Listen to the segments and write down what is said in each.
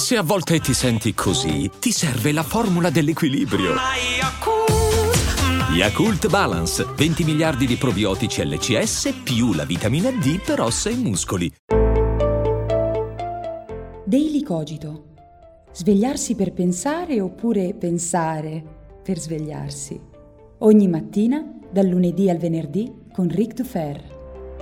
Se a volte ti senti così, ti serve la formula dell'equilibrio. Yakult Balance, 20 miliardi di probiotici LCS più la vitamina D per ossa e muscoli. Daily Cogito. Svegliarsi per pensare oppure pensare per svegliarsi. Ogni mattina, dal lunedì al venerdì, con Ric Dufer.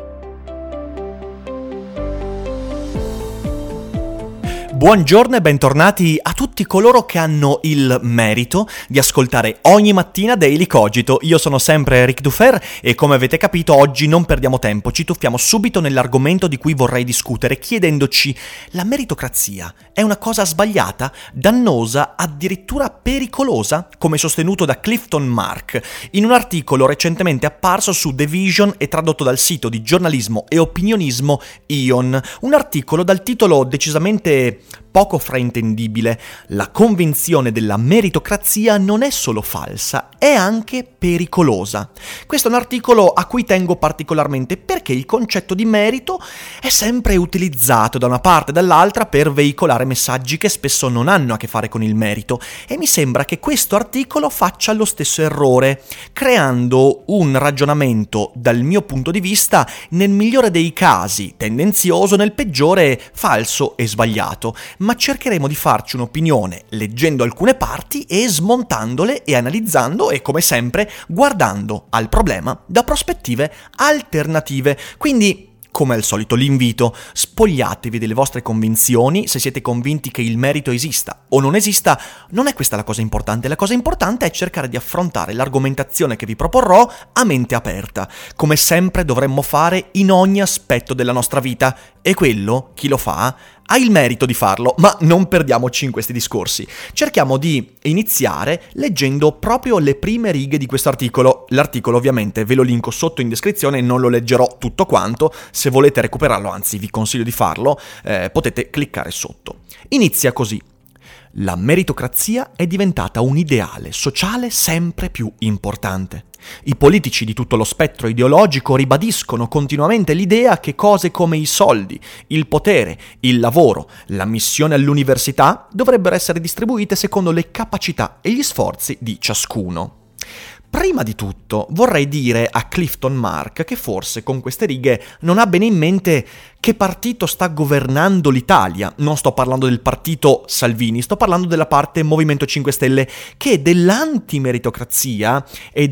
Buongiorno e bentornati a tutti coloro che hanno il merito di ascoltare ogni mattina Daily Cogito. Io sono sempre Ric Dufer e come avete capito oggi non perdiamo tempo, ci tuffiamo subito nell'argomento di cui vorrei discutere chiedendoci: la meritocrazia è una cosa sbagliata, dannosa, addirittura pericolosa, come sostenuto da Clifton Mark in un articolo recentemente apparso su The Vision e tradotto dal sito di giornalismo e opinionismo Ion, un articolo dal titolo decisamente poco fraintendibile. La convinzione della meritocrazia non è solo falsa, è anche pericolosa. Questo è un articolo a cui tengo particolarmente perché il concetto di merito è sempre utilizzato da una parte e dall'altra per veicolare messaggi che spesso non hanno a che fare con il merito, e mi sembra che questo articolo faccia lo stesso errore, creando un ragionamento dal mio punto di vista nel migliore dei casi tendenzioso, nel peggiore falso e sbagliato. Ma cercheremo di farci un'opinione leggendo alcune parti e smontandole e analizzando e, come sempre, guardando al problema da prospettive alternative. Quindi, come al solito, l'invito: spogliatevi delle vostre convinzioni. Se siete convinti che il merito esista o non esista, non è questa la cosa importante. La cosa importante è cercare di affrontare l'argomentazione che vi proporrò a mente aperta, come sempre dovremmo fare in ogni aspetto della nostra vita, e quello, chi lo fa, ha il merito di farlo, ma non perdiamoci in questi discorsi. Cerchiamo di iniziare leggendo proprio le prime righe di questo articolo. L'articolo ovviamente ve lo linko sotto in descrizione, non lo leggerò tutto quanto. Se volete recuperarlo, anzi vi consiglio di farlo, potete cliccare sotto. Inizia così: la meritocrazia è diventata un ideale sociale sempre più importante. I politici di tutto lo spettro ideologico ribadiscono continuamente l'idea che cose come i soldi, il potere, il lavoro, l'ammissione all'università dovrebbero essere distribuite secondo le capacità e gli sforzi di ciascuno. Prima di tutto vorrei dire a Clifton Mark che forse con queste righe non ha bene in mente che partito sta governando l'Italia. Non sto parlando del partito Salvini, sto parlando della parte Movimento 5 Stelle, che dell'antimeritocrazia e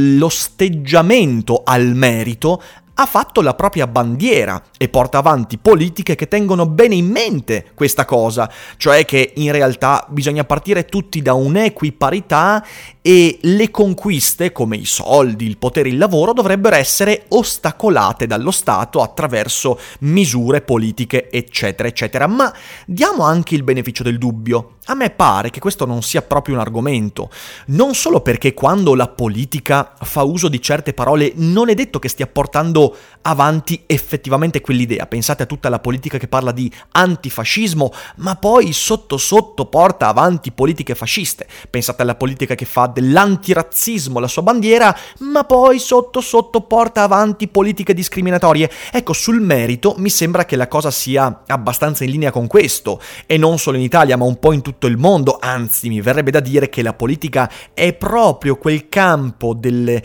dell'osteggiamento al merito ha fatto la propria bandiera e porta avanti politiche che tengono bene in mente questa cosa, cioè che in realtà bisogna partire tutti da un'equiparità e le conquiste, come i soldi, il potere, il lavoro, dovrebbero essere ostacolate dallo Stato attraverso misure politiche, eccetera, eccetera. Ma diamo anche il beneficio del dubbio. A me pare che questo non sia proprio un argomento, non solo perché quando la politica fa uso di certe parole non è detto che stia portando avanti effettivamente quell'idea. Pensate a tutta la politica che parla di antifascismo, ma poi sotto sotto porta avanti politiche fasciste. Pensate alla politica che fa dell'antirazzismo la sua bandiera, ma poi sotto sotto porta avanti politiche discriminatorie. Ecco, sul merito mi sembra che la cosa sia abbastanza in linea con questo, e non solo in Italia, ma un po' in tutto il mondo. Anzi, mi verrebbe da dire che la politica è proprio quel campo del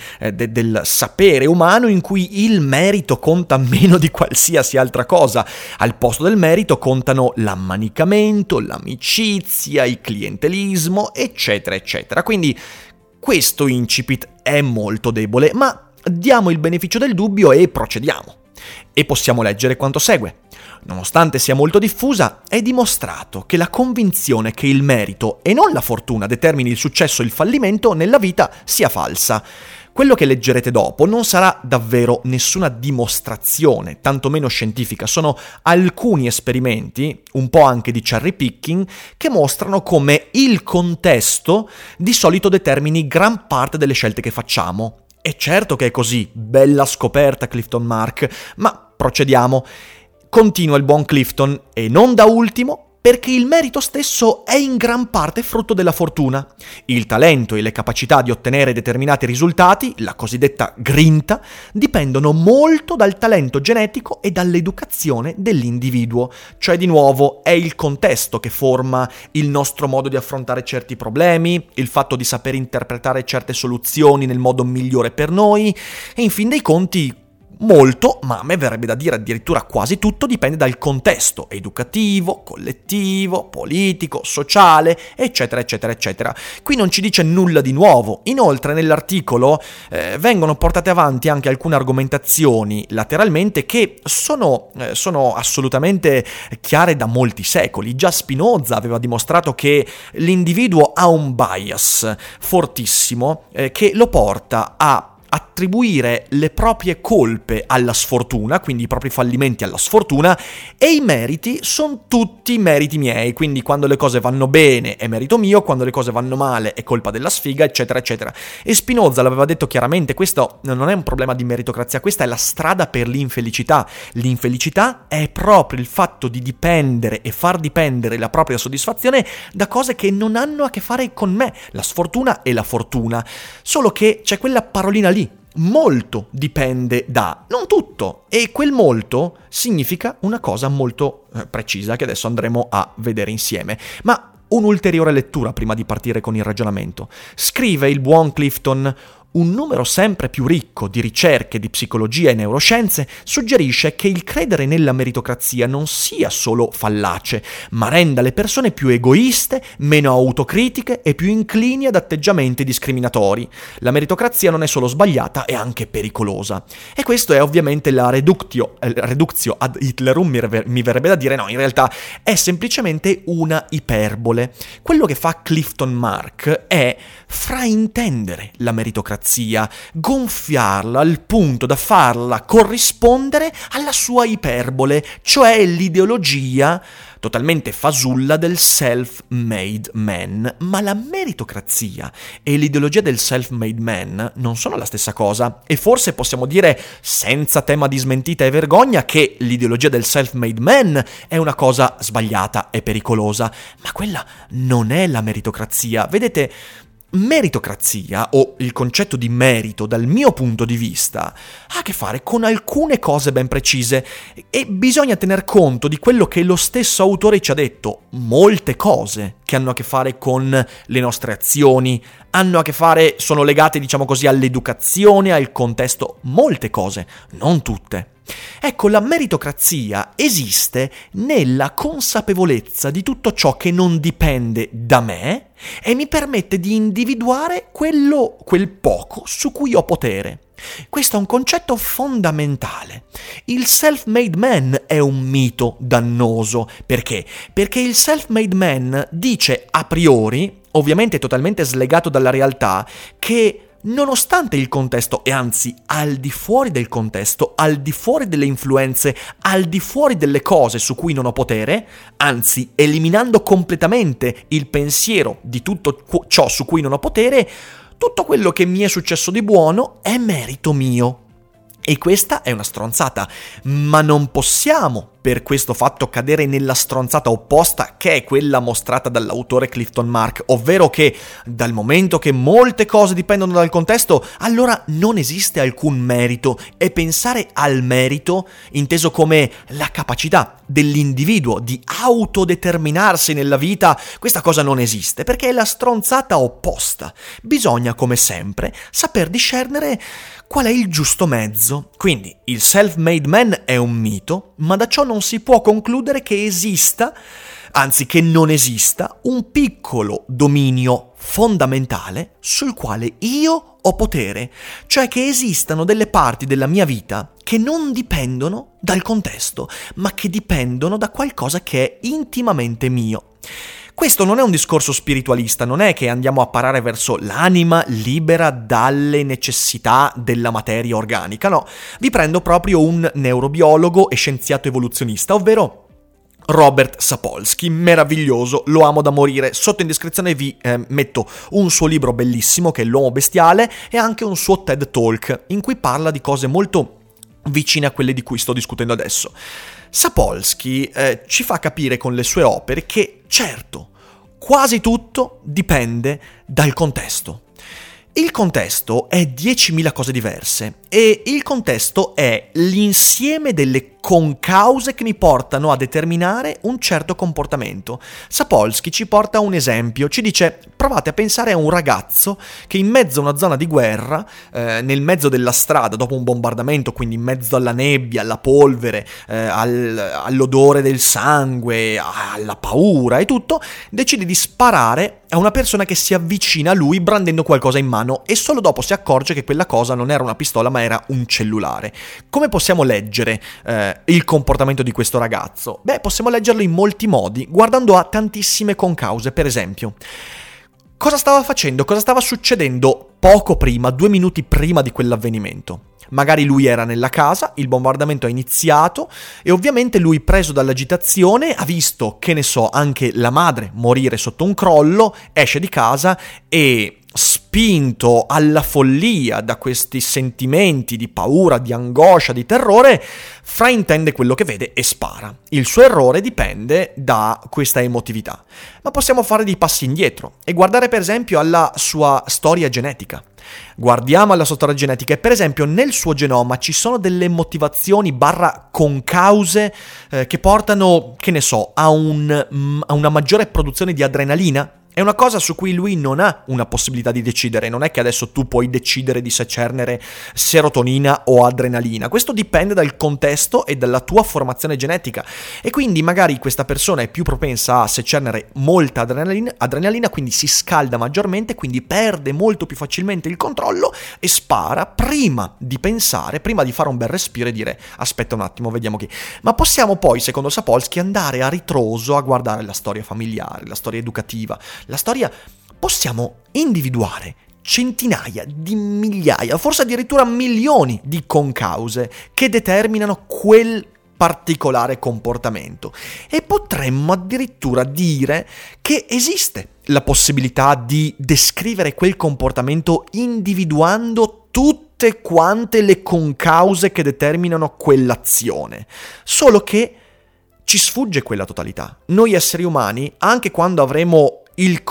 sapere umano in cui il merito conta meno di qualsiasi altra cosa. Al posto del merito contano l'ammanicamento, l'amicizia, il clientelismo, eccetera, eccetera. Quindi questo incipit è molto debole, ma diamo il beneficio del dubbio e procediamo. E possiamo leggere quanto segue. Nonostante sia molto diffusa, è dimostrato che la convinzione che il merito e non la fortuna determini il successo o il fallimento nella vita sia falsa. Quello che leggerete dopo non sarà davvero nessuna dimostrazione, tantomeno scientifica. Sono alcuni esperimenti, un po' anche di cherry picking, che mostrano come il contesto di solito determini gran parte delle scelte che facciamo. E certo che è così, bella scoperta Clifton Mark, ma procediamo. Continua il buon Clifton, e non da ultimo Perché il merito stesso è in gran parte frutto della fortuna. Il talento e le capacità di ottenere determinati risultati, la cosiddetta grinta, dipendono molto dal talento genetico e dall'educazione dell'individuo. Cioè, di nuovo, è il contesto che forma il nostro modo di affrontare certi problemi, il fatto di saper interpretare certe soluzioni nel modo migliore per noi, e in fin dei conti molto, ma a me verrebbe da dire addirittura quasi tutto, dipende dal contesto educativo, collettivo, politico, sociale, eccetera, eccetera, eccetera. Qui non ci dice nulla di nuovo. Inoltre nell'articolo vengono portate avanti anche alcune argomentazioni lateralmente che sono assolutamente chiare da molti secoli. Già Spinoza aveva dimostrato che l'individuo ha un bias fortissimo che lo porta a attribuire le proprie colpe alla sfortuna, quindi i propri fallimenti alla sfortuna, e i meriti sono tutti meriti miei, quindi quando le cose vanno bene è merito mio, quando le cose vanno male è colpa della sfiga, eccetera, eccetera. E Spinoza l'aveva detto chiaramente, questo non è un problema di meritocrazia, questa è la strada per l'infelicità. L'infelicità è proprio il fatto di dipendere e far dipendere la propria soddisfazione da cose che non hanno a che fare con me, la sfortuna e la fortuna. Solo che c'è quella parolina lì, molto dipende da, non tutto, e quel molto significa una cosa molto precisa che adesso andremo a vedere insieme. Ma un'ulteriore lettura prima di partire con il ragionamento. Scrive il buon Clifton: un numero sempre più ricco di ricerche di psicologia e neuroscienze suggerisce che il credere nella meritocrazia non sia solo fallace, ma renda le persone più egoiste, meno autocritiche e più inclini ad atteggiamenti discriminatori. La meritocrazia non è solo sbagliata, è anche pericolosa. E questo è ovviamente la reductio ad Hitlerum, mi verrebbe da dire, no, in realtà è semplicemente una iperbole. Quello che fa Clifton Mark è fraintendere la meritocrazia, gonfiarla al punto da farla corrispondere alla sua iperbole, cioè l'ideologia totalmente fasulla del self-made man. Ma la meritocrazia e l'ideologia del self-made man non sono la stessa cosa, e forse possiamo dire senza tema di smentita e vergogna che l'ideologia del self-made man è una cosa sbagliata e pericolosa, ma quella non è la meritocrazia. Vedete, meritocrazia, o il concetto di merito dal mio punto di vista, ha a che fare con alcune cose ben precise, e bisogna tener conto di quello che lo stesso autore ci ha detto. Molte cose che hanno a che fare con le nostre azioni, hanno a che fare, sono legate, diciamo così, all'educazione, al contesto, molte cose, non tutte. Ecco, la meritocrazia esiste nella consapevolezza di tutto ciò che non dipende da me e mi permette di individuare quel poco su cui ho potere. Questo è un concetto fondamentale. Il self-made man è un mito dannoso. Perché? Perché il self-made man dice a priori, ovviamente totalmente slegato dalla realtà, che nonostante il contesto, e anzi al di fuori del contesto, al di fuori delle influenze, al di fuori delle cose su cui non ho potere, anzi eliminando completamente il pensiero di tutto ciò su cui non ho potere, tutto quello che mi è successo di buono è merito mio. E questa è una stronzata, ma non possiamo per questo fatto cadere nella stronzata opposta, che è quella mostrata dall'autore Clifton Mark, ovvero che dal momento che molte cose dipendono dal contesto, allora non esiste alcun merito, e pensare al merito, inteso come la capacità dell'individuo di autodeterminarsi nella vita, questa cosa non esiste, perché è la stronzata opposta. Bisogna, come sempre, saper discernere qual è il giusto mezzo. Quindi il self-made man è un mito, ma da ciò non si può concludere che esista, anzi che non esista, un piccolo dominio fondamentale sul quale io ho potere, cioè che esistano delle parti della mia vita che non dipendono dal contesto, ma che dipendono da qualcosa che è intimamente mio. Questo non è un discorso spiritualista, non è che andiamo a parare verso l'anima libera dalle necessità della materia organica, no. Vi prendo proprio un neurobiologo e scienziato evoluzionista, ovvero Robert Sapolsky, meraviglioso, lo amo da morire. Sotto in descrizione vi metto un suo libro bellissimo che è L'uomo bestiale, e anche un suo TED Talk in cui parla di cose molto vicine a quelle di cui sto discutendo adesso. Sapolsky ci fa capire con le sue opere che, certo, quasi tutto dipende dal contesto. Il contesto è 10.000 cose diverse e il contesto è l'insieme delle concause che mi portano a determinare un certo comportamento. Sapolsky ci porta un esempio, ci dice: provate a pensare a un ragazzo che in mezzo a una zona di guerra, nel mezzo della strada, dopo un bombardamento, quindi in mezzo alla nebbia, alla polvere, all'odore del sangue, alla paura e tutto, decide di sparare a una persona che si avvicina a lui brandendo qualcosa in mano e solo dopo si accorge che quella cosa non era una pistola ma era un cellulare. Come possiamo leggere il comportamento di questo ragazzo? Beh, possiamo leggerlo in molti modi, guardando a tantissime concause. Per esempio, cosa stava facendo? Cosa stava succedendo poco prima, 2 minuti prima di quell'avvenimento? Magari lui era nella casa, il bombardamento è iniziato e ovviamente lui, preso dall'agitazione, ha visto, che ne so, anche la madre morire sotto un crollo, esce di casa e, spinto alla follia da questi sentimenti di paura, di angoscia, di terrore, fraintende quello che vede e spara. Il suo errore dipende da questa emotività. Ma possiamo fare dei passi indietro e guardare per esempio alla sua storia genetica. Guardiamo alla sua storia genetica e per esempio nel suo genoma ci sono delle motivazioni / concause che portano, che ne so, a una maggiore produzione di adrenalina. È una cosa su cui lui non ha una possibilità di decidere, non è che adesso tu puoi decidere di secernere serotonina o adrenalina, questo dipende dal contesto e dalla tua formazione genetica e quindi magari questa persona è più propensa a secernere molta adrenalina, quindi si scalda maggiormente, quindi perde molto più facilmente il controllo e spara prima di pensare, prima di fare un bel respiro e dire aspetta un attimo, vediamo chi. Ma possiamo poi, secondo Sapolsky, andare a ritroso a guardare la storia familiare, la storia educativa, la storia, possiamo individuare centinaia di migliaia, forse addirittura milioni di concause che determinano quel particolare comportamento. E potremmo addirittura dire che esiste la possibilità di descrivere quel comportamento individuando tutte quante le concause che determinano quell'azione. Solo che ci sfugge quella totalità. Noi esseri umani, anche quando avremo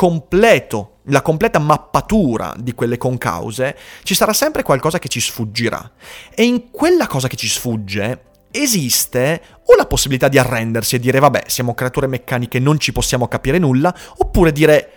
la completa mappatura di quelle concause, ci sarà sempre qualcosa che ci sfuggirà. E in quella cosa che ci sfugge esiste o la possibilità di arrendersi e dire vabbè, siamo creature meccaniche, non ci possiamo capire nulla, oppure dire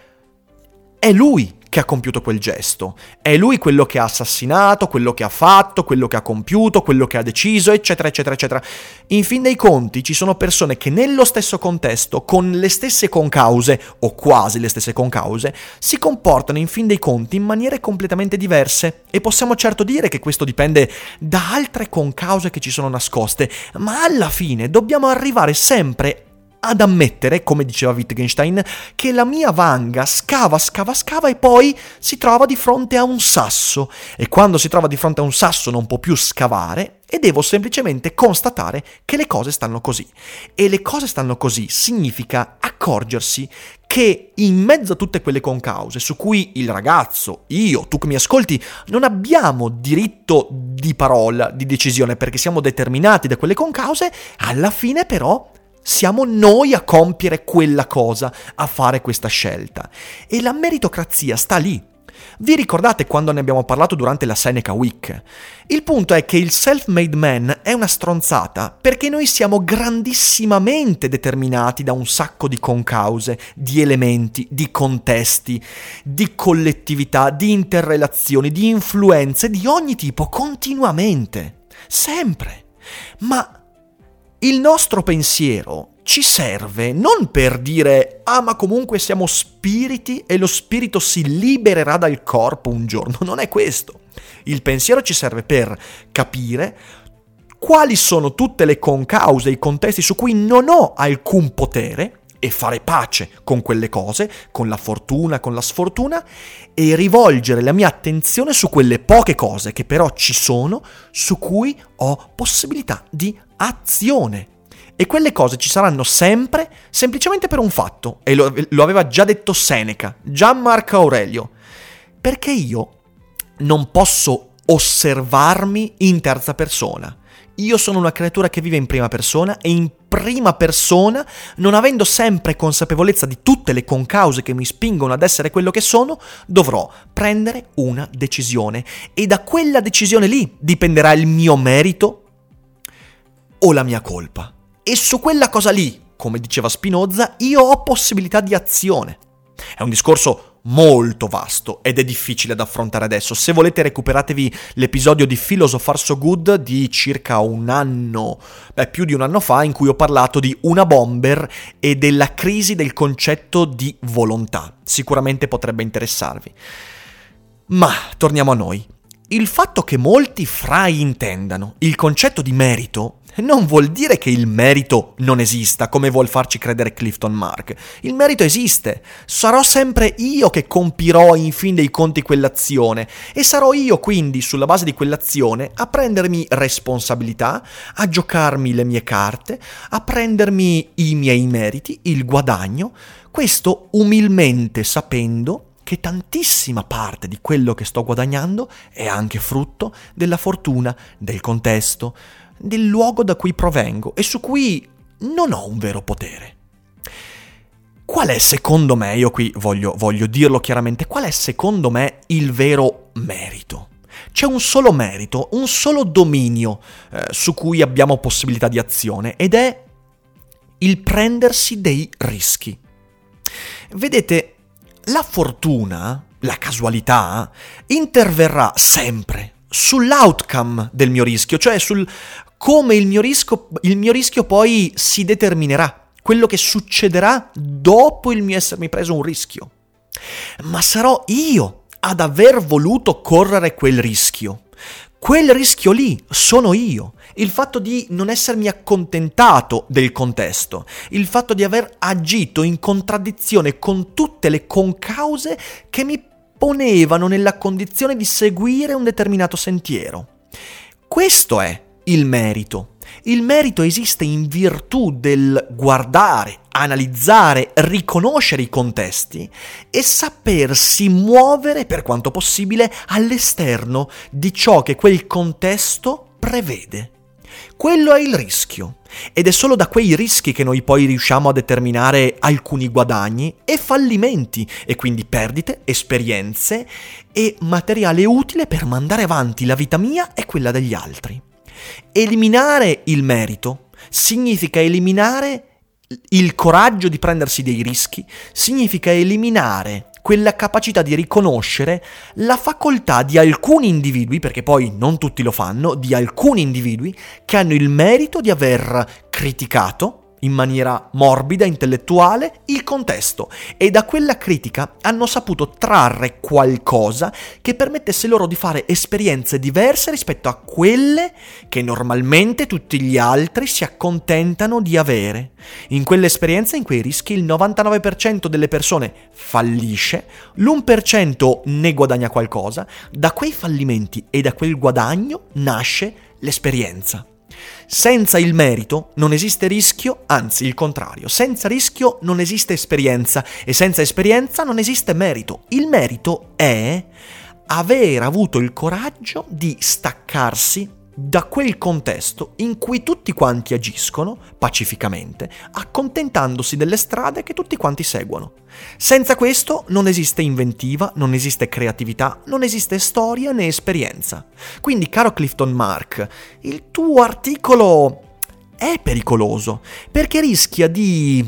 è lui che ha compiuto quel gesto, è lui quello che ha assassinato, quello che ha fatto, quello che ha compiuto, quello che ha deciso, eccetera, eccetera, eccetera. In fin dei conti ci sono persone che nello stesso contesto, con le stesse concause, o quasi le stesse concause, si comportano in fin dei conti in maniere completamente diverse e possiamo certo dire che questo dipende da altre concause che ci sono nascoste, ma alla fine dobbiamo arrivare sempre ad ammettere, come diceva Wittgenstein, che la mia vanga scava e poi si trova di fronte a un sasso e quando si trova di fronte a un sasso non può più scavare e devo semplicemente constatare che le cose stanno così. E le cose stanno così significa accorgersi che in mezzo a tutte quelle concause su cui il ragazzo, io, tu che mi ascolti, non abbiamo diritto di parola, di decisione perché siamo determinati da quelle concause, alla fine però siamo noi a compiere quella cosa, a fare questa scelta. E la meritocrazia sta lì. Vi ricordate quando ne abbiamo parlato durante la Seneca Week? Il punto è che il self-made man è una stronzata perché noi siamo grandissimamente determinati da un sacco di concause, di elementi, di contesti, di collettività, di interrelazioni, di influenze di ogni tipo, continuamente, sempre. Ma il nostro pensiero ci serve non per dire ma comunque siamo spiriti e lo spirito si libererà dal corpo un giorno, non è questo. Il pensiero ci serve per capire quali sono tutte le concause, i contesti su cui non ho alcun potere e fare pace con quelle cose, con la fortuna, con la sfortuna e rivolgere la mia attenzione su quelle poche cose che però ci sono, su cui ho possibilità di azione. E quelle cose ci saranno sempre, semplicemente per un fatto, e lo aveva già detto Seneca, già Marco Aurelio, perché io non posso osservarmi in terza persona. io sono una creatura che vive in prima persona e in prima persona, non avendo sempre consapevolezza di tutte le concause che mi spingono ad essere quello che sono, dovrò prendere una decisione e da quella decisione lì dipenderà il mio merito o la mia colpa. E su quella cosa lì, come diceva Spinoza, io ho possibilità di azione. È un discorso molto vasto ed è difficile da affrontare adesso. Se volete recuperatevi l'episodio di Philosopher So Good di circa più di un anno fa, in cui ho parlato di una bomber e della crisi del concetto di volontà. Sicuramente potrebbe interessarvi. Ma torniamo a noi. Il fatto che molti fraintendano il concetto di merito non vuol dire che il merito non esista, come vuol farci credere Clifton Mark. Il merito esiste. Sarò sempre io che compirò in fin dei conti quell'azione e sarò io quindi, sulla base di quell'azione, a prendermi responsabilità, a giocarmi le mie carte, a prendermi i miei meriti, il guadagno, questo umilmente sapendo che tantissima parte di quello che sto guadagnando è anche frutto della fortuna, del contesto, del luogo da cui provengo e su cui non ho un vero potere. Qual è secondo me, io qui voglio dirlo chiaramente, qual è secondo me il vero merito? C'è un solo merito, un solo dominio su cui abbiamo possibilità di azione ed è il prendersi dei rischi. Vedete, la fortuna, la casualità, interverrà sempre sull'outcome del mio rischio, cioè sul come il mio rischio poi si determinerà, quello che succederà dopo il mio essermi preso un rischio. Ma sarò io ad aver voluto correre quel rischio. Quel rischio lì sono io. Il fatto di non essermi accontentato del contesto, il fatto di aver agito in contraddizione con tutte le concause che mi ponevano nella condizione di seguire un determinato sentiero. Questo è il merito. Il merito esiste in virtù del guardare, analizzare, riconoscere i contesti e sapersi muovere per quanto possibile all'esterno di ciò che quel contesto prevede. Quello è il rischio ed è solo da quei rischi che noi poi riusciamo a determinare alcuni guadagni e fallimenti e quindi perdite, esperienze e materiale utile per mandare avanti la vita mia e quella degli altri. Eliminare il merito significa eliminare il coraggio di prendersi dei rischi, significa eliminare quella capacità di riconoscere la facoltà di alcuni individui, perché poi non tutti lo fanno, di alcuni individui che hanno il merito di aver criticato in maniera morbida, intellettuale, il contesto e da quella critica hanno saputo trarre qualcosa che permettesse loro di fare esperienze diverse rispetto a quelle che normalmente tutti gli altri si accontentano di avere. In quell'esperienza, in quei rischi, il 99% delle persone fallisce, l'1% ne guadagna qualcosa, da quei fallimenti e da quel guadagno nasce l'esperienza. Senza il merito non esiste rischio, anzi il contrario. Senza rischio non esiste esperienza e senza esperienza non esiste merito. Il merito è aver avuto il coraggio di staccarsi da quel contesto in cui tutti quanti agiscono pacificamente, accontentandosi delle strade che tutti quanti seguono. Senza questo non esiste inventiva, non esiste creatività, non esiste storia né esperienza. Quindi, caro Clifton Mark, il tuo articolo è pericoloso perché rischia di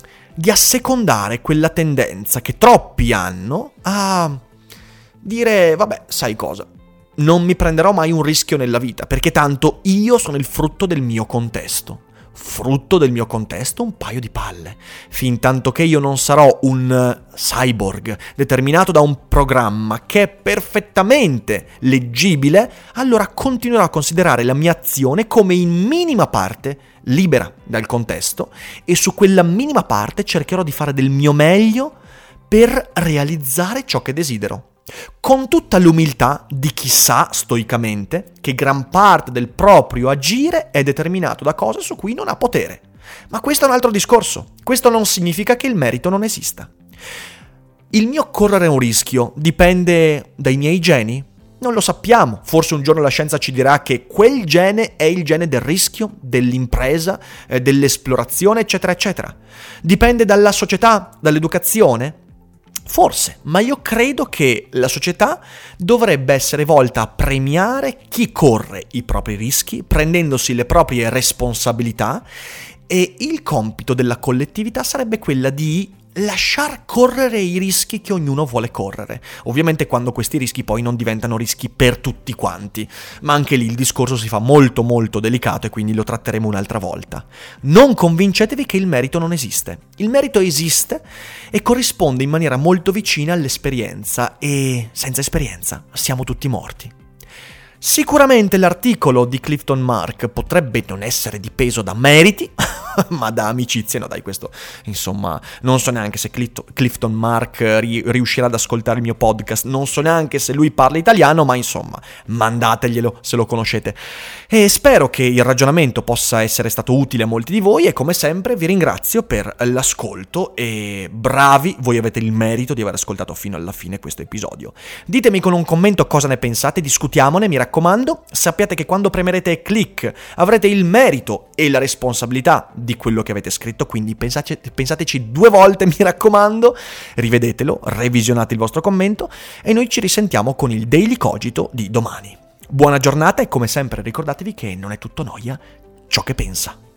assecondare quella tendenza che troppi hanno a dire, vabbè, sai cosa? Non mi prenderò mai un rischio nella vita, perché tanto io sono il frutto del mio contesto. Frutto del mio contesto un paio di palle. Fintanto che io non sarò un cyborg determinato da un programma che è perfettamente leggibile, allora continuerò a considerare la mia azione come in minima parte libera dal contesto e su quella minima parte cercherò di fare del mio meglio per realizzare ciò che desidero. Con tutta l'umiltà di chi sa, stoicamente, che gran parte del proprio agire è determinato da cose su cui non ha potere. Ma questo è un altro discorso. Questo non significa che il merito non esista. Il mio correre un rischio dipende dai miei geni? Non lo sappiamo, forse un giorno la scienza ci dirà che quel gene è il gene del rischio, dell'impresa, dell'esplorazione, eccetera, eccetera. Dipende dalla società, dall'educazione? Forse, ma io credo che la società dovrebbe essere volta a premiare chi corre i propri rischi, prendendosi le proprie responsabilità, e il compito della collettività sarebbe quella di lasciar correre i rischi che ognuno vuole correre. Ovviamente quando questi rischi poi non diventano rischi per tutti quanti, ma anche lì il discorso si fa molto molto delicato e quindi lo tratteremo un'altra volta. Non convincetevi che il merito non esiste. Il merito esiste e corrisponde in maniera molto vicina all'esperienza, e senza esperienza siamo tutti morti. Sicuramente l'articolo di Clifton Mark potrebbe non essere dipeso da meriti, ma da amicizie. No dai, questo insomma, non so neanche se Clifton Mark riuscirà ad ascoltare il mio podcast, non so neanche se lui parla italiano, ma insomma, mandateglielo se lo conoscete. E spero che il ragionamento possa essere stato utile a molti di voi, e come sempre vi ringrazio per l'ascolto, e bravi, voi avete il merito di aver ascoltato fino alla fine questo episodio. Ditemi con un commento cosa ne pensate, discutiamone, mi raccomando. Sappiate che quando premerete click avrete il merito e la responsabilità di quello che avete scritto, quindi pensateci 2 volte, mi raccomando, rivedetelo, revisionate il vostro commento, e noi ci risentiamo con il Daily Cogito di domani. Buona giornata, e come sempre ricordatevi che non è tutto noia ciò che pensa.